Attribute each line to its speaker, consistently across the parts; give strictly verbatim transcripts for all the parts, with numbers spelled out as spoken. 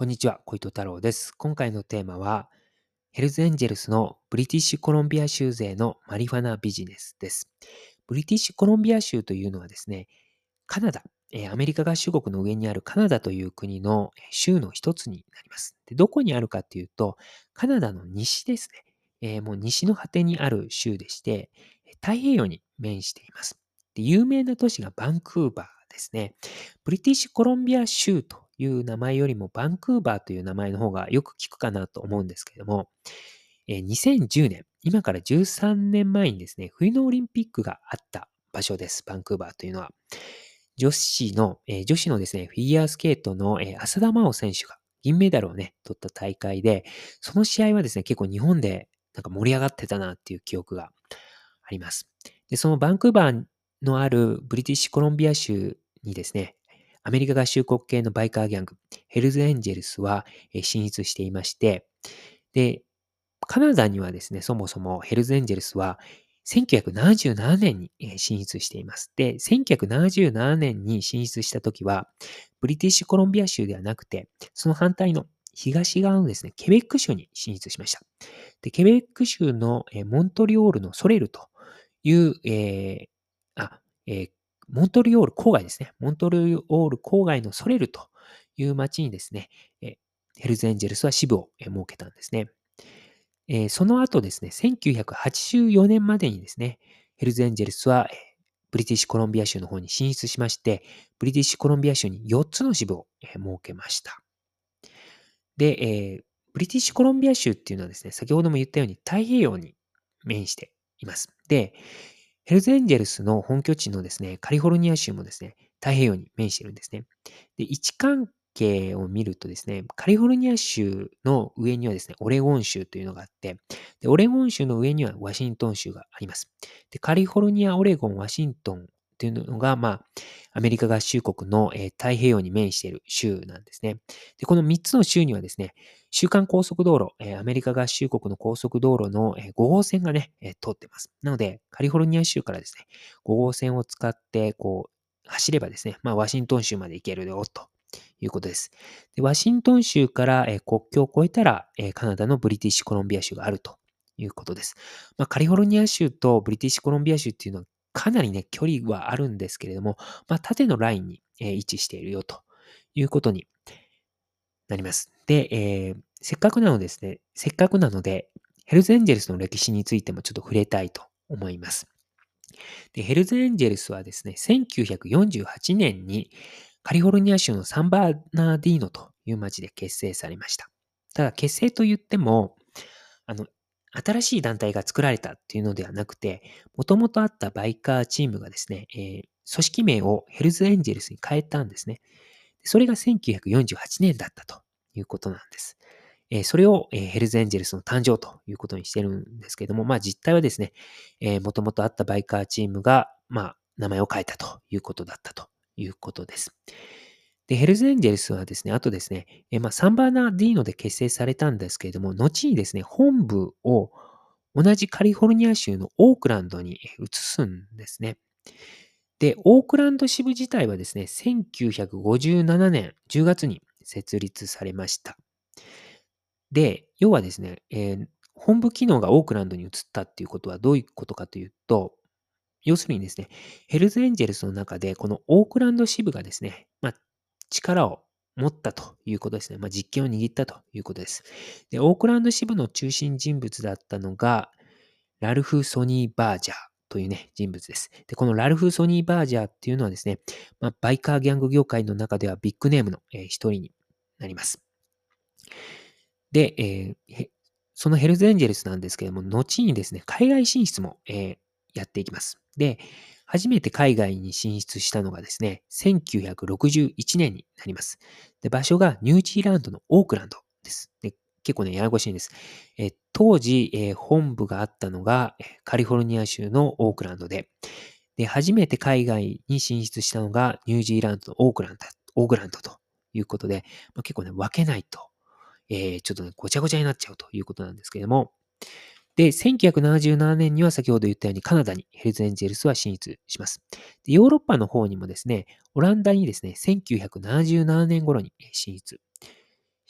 Speaker 1: こんにちは、小糸太郎です。今回のテーマは、ヘルズエンジェルスのブリティッシュコロンビア州勢のマリファナビジネスです。ブリティッシュコロンビア州というのはですね、カナダ、えーアメリカ合衆国の上にあるカナダという国のえー州の一つになります。で、どこにあるかというと、カナダの西ですね。えーもう西の果てにある州でして、えー太平洋に面しています。で、有名な都市がバンクーバーですね。ブリティッシュコロンビア州という名前よりもバンクーバーという名前の方がよく聞くかなと思うんですけれども、えーにせんじゅうねん、今からじゅうさんねんまえにですね、冬のオリンピックがあった場所です。バンクーバーというのは。女子の、えー女子のですね、フィギュアスケートの、えー浅田真央選手が銀メダルをね、取った大会で、その試合はですね、結構日本でなんか盛り上がってたなっていう記憶があります。で、そのバンクーバーのあるブリティッシュコロンビア州にですね、アメリカ合衆国系のバイカーギャング、ヘルズエンジェルスはえー進出していまして、で、カナダにはですね、そもそもヘルズエンジェルスはせんきゅうひゃくななじゅうななねんにえー進出しています。で、せんきゅうひゃくななじゅうななねんに進出した時は、ブリティッシュコロンビア州ではなくて、その反対の東側のですね、ケベック州に進出しました。で、ケベック州のえーモントリオールのソレルという、えーあ、えーモントリオール郊外ですね。モントリオール郊外のソレルという町にですね、えーヘルズエンジェルスは支部をえー設けたんですね。えーその後ですね、せんきゅうひゃくはちじゅうよねんまでにですね、ヘルズエンジェルスは、えーブリティッシュコロンビア州の方に進出しまして、ブリティッシュコロンビア州によっつの支部をえー設けました。で、えーブリティッシュコロンビア州っていうのはですね、先ほども言ったように太平洋に面しています。で、ヘルズエンジェルスの本拠地のですね、カリフォルニア州もですね、太平洋に面しているんですね。で、位置関係を見るとですね、カリフォルニア州の上にはですね、オレゴン州というのがあって、で、オレゴン州の上にはワシントン州があります。で、カリフォルニア、オレゴン、ワシントンというのが、まあ、アメリカ合衆国の、えー太平洋に面している州なんですね。で、このみっつの州にはですね、週間高速道路、えーアメリカ合衆国の高速道路の、えーご号線がね、えー通ってます。なので、カリフォルニア州からですね、ご号線を使って、こう、走ればですね、まあ、ワシントン州まで行けるよ、ということです。で、ワシントン州から、えー国境を越えたら、えーカナダのブリティッシュコロンビア州があるということです。まあ、カリフォルニア州とブリティッシュコロンビア州っていうのは、かなりね、距離はあるんですけれども、まあ、縦のラインに、えー位置しているよ、ということになります。で、えーせっかくなのですね、せっかくなので、ヘルズエンジェルスの歴史についてもちょっと触れたいと思います。で、ヘルズエンジェルスはですね、せんきゅうひゃくよんじゅうはちねんにカリフォルニア州のサンバーナーディーノという町で結成されました。ただ、結成と言っても、あの、新しい団体が作られたっていうのではなくて、もともとあったバイカーチームがですね、えー組織名をヘルズエンジェルスに変えたんですね。それがせんきゅうひゃくよんじゅうはちねんだったということなんです。えーそれを、えーヘルズエンジェルスの誕生ということにしてるんですけども、まあ実態はですね、えー、もともとあったバイカーチームが、まあ名前を変えたということだったということです。で、ヘルズエンジェルスはですね、あとですね、えーまあサンバーナディーノで結成されたんですけれども、後にですね、本部を同じカリフォルニア州のオークランドに移すんですね。で、オークランド支部自体はですね、せんきゅうひゃくごじゅうななねんじゅうがつに設立されました。で、要はですね、えー本部機能がオークランドに移ったっていうことはどういうことかというと、要するにですね、ヘルズエンジェルスの中で、このオークランド支部がですね、まあ、力を持ったということですね。まあ、実権を握ったということです。で、オークランド支部の中心人物だったのが、ラルフ・ソニー・バージャーというね、人物です。で、このラルフ・ソニー・バージャーっていうのはですね、まあ、バイカーギャング業界の中ではビッグネームの、えー一人になります。で、えーそのヘルズエンジェルスなんですけれども、後にですね、海外進出も、えーやっていきます。で、初めて海外に進出したのがですね、せんきゅうひゃくろくじゅういちねんになります。で、場所がニュージーランドのオークランドです。で、結構ね、ややこしいんです。えー当時、えー本部があったのが、えーカリフォルニア州のオークランドで、で、初めて海外に進出したのがニュージーランドのオークランド、オークランドということで、まあ、結構ね、分けないとえーちょっとね、ごちゃごちゃになっちゃうということなんですけれども、で、せんきゅうひゃくななじゅうななねんには先ほど言ったようにカナダにヘルズエンジェルスは進出します。でヨーロッパの方にもですね、オランダにですね、せんきゅうひゃくななじゅうななねん頃に進出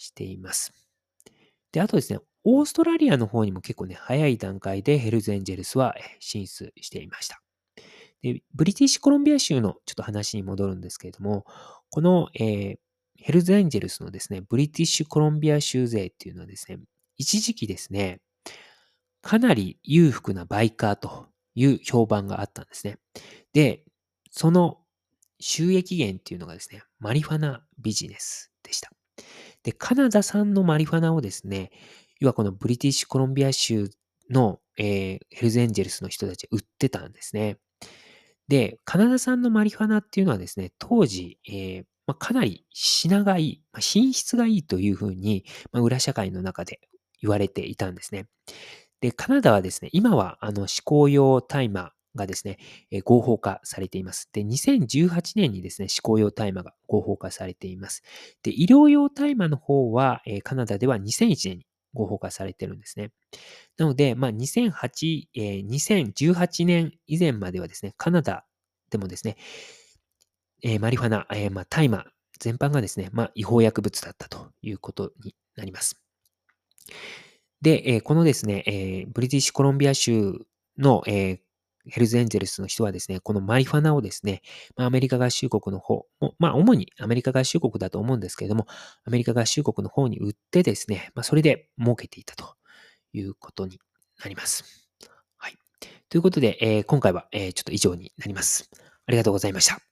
Speaker 1: しています。で、あとですね、オーストラリアの方にも結構ね、早い段階でヘルズエンジェルスは進出していました。で、ブリティッシュコロンビア州のちょっと話に戻るんですけれども、この、えーヘルズエンジェルスのですね、ブリティッシュコロンビア州勢っていうのはですね、一時期ですね、かなり裕福なバイカーという評判があったんですね。で、その収益源っていうのがですね、マリファナビジネスでした。で、カナダ産のマリファナをですね、要はこのブリティッシュコロンビア州の、えーヘルズエンジェルスの人たち売ってたんですね。で、カナダ産のマリファナっていうのはですね、当時、えーまあ、かなり品がいい、まあ、品質がいいというふうに、まあ、裏社会の中で言われていたんですね。で、カナダはですね、今はあの嗜好用大麻がですね、えー合法化されています。で、にせんじゅうはちねんにですね、嗜好用大麻が合法化されています。で、医療用大麻の方は、えーカナダではにせんいちねんに合法化されてるんですね。なので、まあ、にせんはち、えーにせんじゅうはちねん以前まではですね、カナダでもですね、えーマリファナ、えーまあ、大麻全般がですね、まあ、違法薬物だったということになります。で、えーこのですね、えーブリティッシュコロンビア州の、えーヘルズエンジェルスの人はですね、このマリファナをですね、まあ、アメリカ合衆国の方、もまあ、主にアメリカ合衆国だと思うんですけれども、アメリカ合衆国の方に売ってですね、まあ、それで儲けていたということになります。はい。ということで、えー今回は、えーちょっと以上になります。ありがとうございました。